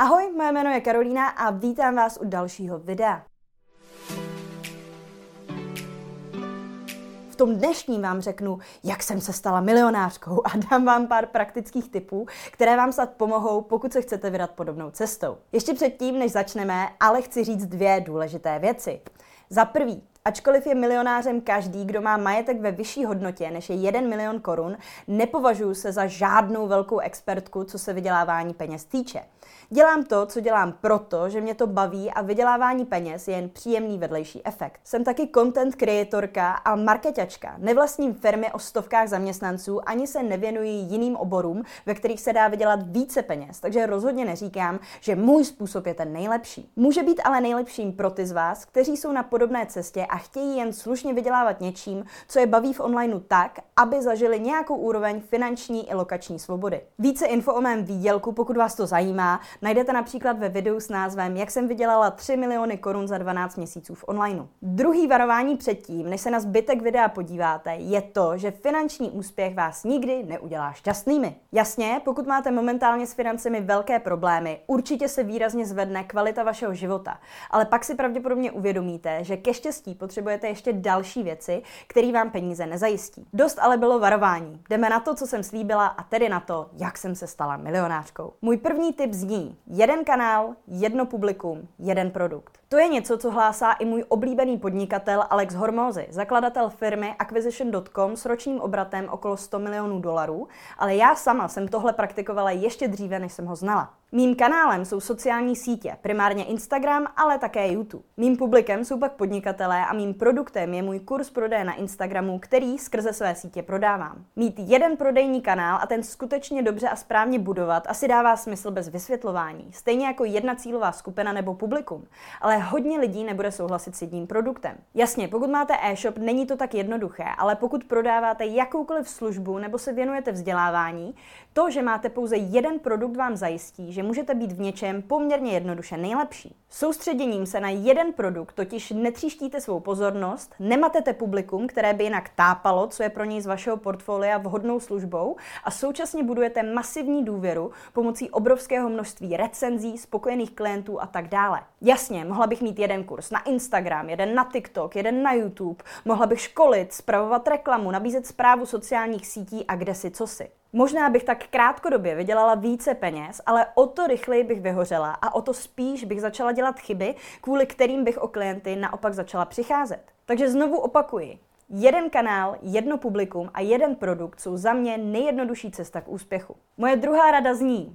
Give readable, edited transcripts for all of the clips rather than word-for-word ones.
Ahoj, moje jméno je Karolína a vítám vás u dalšího videa. V tom dnešním vám řeknu, jak jsem se stala milionářkou a dám vám pár praktických tipů, které vám snad pomohou, pokud se chcete vydat podobnou cestou. Ještě předtím, než začneme, ale chci říct dvě důležité věci. Za prvý, ačkoliv je milionářem každý, kdo má majetek ve vyšší hodnotě než je 1 milion korun, nepovažuji se za žádnou velkou expertku, co se vydělávání peněz týče. Dělám to, co dělám proto, že mě to baví a vydělávání peněz je jen příjemný vedlejší efekt. Jsem taky content creatorka a marketačka. Nevlastním firmy o stovkách zaměstnanců, ani se nevěnuji jiným oborům, ve kterých se dá vydělat více peněz, takže rozhodně neříkám, že můj způsob je ten nejlepší. Může být ale nejlepším pro ty z vás, kteří jsou na podobné cestě a chtějí jen slušně vydělávat něčím, co je baví v onlineu tak, aby zažili nějakou úroveň finanční i lokační svobody. Více info o mém výdělku, pokud vás to zajímá, najdete například ve videu s názvem Jak jsem vydělala 3 miliony korun za 12 měsíců v onlineu. Druhý varování předtím, než se na zbytek videa podíváte, je to, že finanční úspěch vás nikdy neudělá šťastnými. Jasně, pokud máte momentálně s financemi velké problémy, určitě se výrazně zvedne kvalita vašeho života, ale pak si pravděpodobně uvědomíte, že ke štěstí potřebujete ještě další věci, které vám peníze nezajistí. Dost ale bylo varování. Jdeme na to, co jsem slíbila, a tedy na to, jak jsem se stala milionářkou. Můj první tip zní: jeden kanál, jedno publikum, jeden produkt. To je něco, co hlásá i můj oblíbený podnikatel Alex Hormozy, zakladatel firmy Acquisition.com s ročním obratem okolo 100 milionů dolarů, ale já sama jsem tohle praktikovala ještě dříve, než jsem ho znala. Mým kanálem jsou sociální sítě, primárně Instagram, ale také YouTube. Mým publikem jsou pak podnikatelé a mým produktem je můj kurz prodeje na Instagramu, který skrze své sítě prodávám. Mít jeden prodejní kanál a ten skutečně dobře a správně budovat asi dává smysl bez vysvětlování, stejně jako jedna cílová skupina nebo publikum, ale hodně lidí nebude souhlasit s jedním produktem. Jasně, pokud máte e-shop, není to tak jednoduché, ale pokud prodáváte jakoukoliv službu nebo se věnujete vzdělávání, to, že máte pouze jeden produkt, vám zajistí, že můžete být v něčem poměrně jednoduše nejlepší. Soustředěním se na jeden produkt totiž netříštíte svou pozornost, nematete publikum, které by jinak tápalo, co je pro něj z vašeho portfolia vhodnou službou, a současně budujete masivní důvěru pomocí obrovského množství recenzí, spokojených klientů a tak dále. Jasně, mohla bych mít jeden kurz na Instagram, jeden na TikTok, jeden na YouTube, mohla bych školit, spravovat reklamu, nabízet správu sociálních sítí a kdesi cosi. Možná bych tak krátkodobě vydělala více peněz, ale o to rychleji bych vyhořela a o to spíš bych začala dělat chyby, kvůli kterým bych o klienty naopak začala přicházet. Takže znovu opakuji. Jeden kanál, jedno publikum a jeden produkt jsou za mě nejjednodušší cesta k úspěchu. Moje druhá rada zní: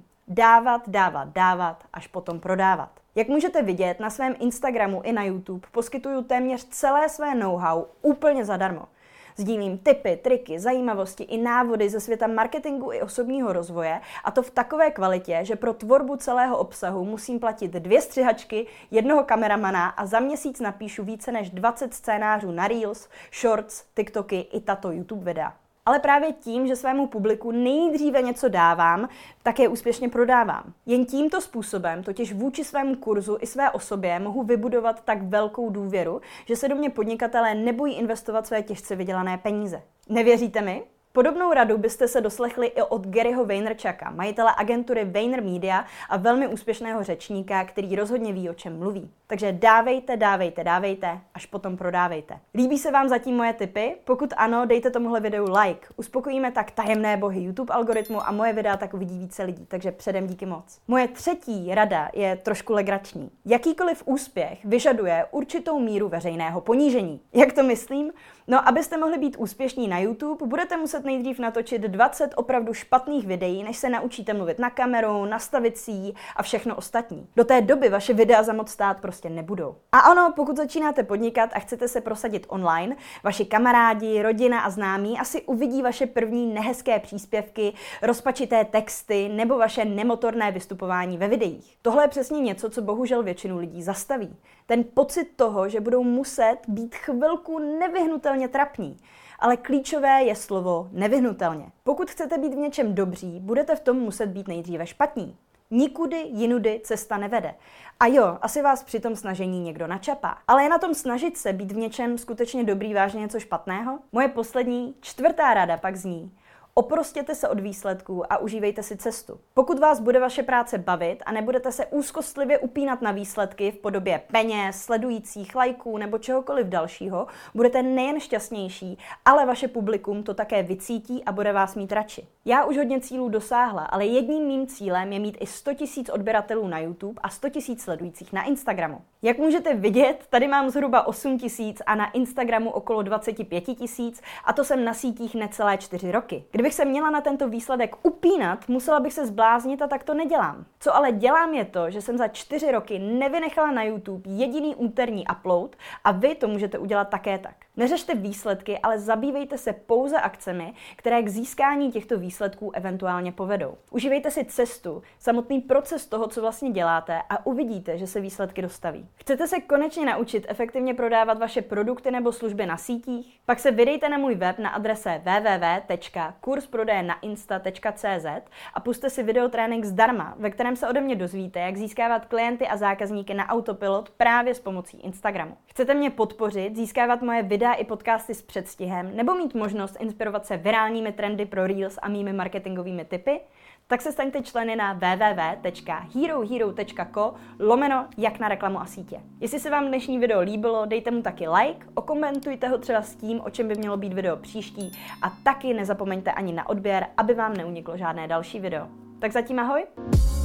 dávat, až potom prodávat. Jak můžete vidět, na svém Instagramu i na YouTube poskytuju téměř celé své know-how úplně zadarmo. Sdílím tipy, triky, zajímavosti i návody ze světa marketingu i osobního rozvoje, a to v takové kvalitě, že pro tvorbu celého obsahu musím platit 2 střihačky, jednoho kameramana a za měsíc napíšu více než 20 scénářů na Reels, Shorts, TikToky i tato YouTube videa. Ale právě tím, že svému publiku nejdříve něco dávám, tak je úspěšně prodávám. Jen tímto způsobem totiž vůči svému kurzu i své osobě mohu vybudovat tak velkou důvěru, že se do mě podnikatelé nebojí investovat své těžce vydělané peníze. Nevěříte mi? Podobnou radu byste se doslechli i od Garyho Vaynerchuka, majitele agentury VaynerMedia a velmi úspěšného řečníka, který rozhodně ví, o čem mluví. Takže dávejte, až potom prodávejte. Líbí se vám zatím moje tipy? Pokud ano, dejte tomuhle videu like. Uspokojíme tak tajemné bohy YouTube algoritmu a moje videa tak uvidí více lidí, takže předem díky moc. Moje třetí rada je trošku legrační. Jakýkoliv úspěch vyžaduje určitou míru veřejného ponížení. Jak to myslím? No, abyste mohli být úspěšní na YouTube, budete muset nejdřív natočit 20 opravdu špatných videí, než se naučíte mluvit na kameru, nastavit si ji a všechno ostatní. Do té doby vaše videa za moc stát prostě nebudou. A ano, pokud začínáte podnikat a chcete se prosadit online, vaši kamarádi, rodina a známí asi uvidí vaše první nehezké příspěvky, rozpačité texty nebo vaše nemotorné vystupování ve videích. Tohle je přesně něco, co bohužel většinu lidí zastaví. Ten pocit toho, že budou muset být chvilku nevyhnutelně trapní. Ale klíčové je slovo nevyhnutelně. Pokud chcete být v něčem dobří, budete v tom muset být nejdříve špatní. Nikudy jinudy cesta nevede. A jo, asi vás při tom snažení někdo načapá. Ale je na tom snažit se být v něčem skutečně dobrý vážně něco špatného? Moje poslední, čtvrtá rada pak zní: Oprostěte se od výsledků a užívejte si cestu. Pokud vás bude vaše práce bavit a nebudete se úzkostlivě upínat na výsledky v podobě peněz, sledujících, lajků nebo čehokoliv dalšího, budete nejen šťastnější, ale vaše publikum to také vycítí a bude vás mít radši. Já už hodně cílů dosáhla, ale jedním mým cílem je mít i 100 000 odběratelů na YouTube a 100 000 sledujících na Instagramu. Jak můžete vidět, tady mám zhruba 8 000 a na Instagramu okolo 25 000 a to jsem na sítích necelé 4 roky. Kdybych se měla na tento výsledek upínat, musela bych se zbláznit a tak to nedělám. Co ale dělám je to, že jsem za 4 roky nevynechala na YouTube jediný úterní upload a vy to můžete udělat také tak. Neřešte výsledky, ale zabývejte se pouze akcemi, které k získání těchto výsledků eventuálně povedou. Užívejte si cestu, samotný proces toho, co vlastně děláte a uvidíte, že se výsledky dostaví. Chcete se konečně naučit efektivně prodávat vaše produkty nebo služby na sítích? Pak se vydejte na můj web na adrese www.kursprodejenainsta.cz a pusťte si videotrénink zdarma, ve kterém se ode mě dozvíte, jak získávat klienty a zákazníky na autopilot právě s pomocí Instagramu. Chcete mě podpořit, získávat moje videa i podcasty s předstihem nebo mít možnost inspirovat se virálními trendy pro Reels a mými marketingovými tipy? Tak se staňte členy na www.herohero.co/jak na reklamu a sítě. Jestli se vám dnešní video líbilo, dejte mu taky like, okomentujte ho třeba s tím, o čem by mělo být video příští a taky nezapomeňte ani na odběr, aby vám neuniklo žádné další video. Tak zatím ahoj!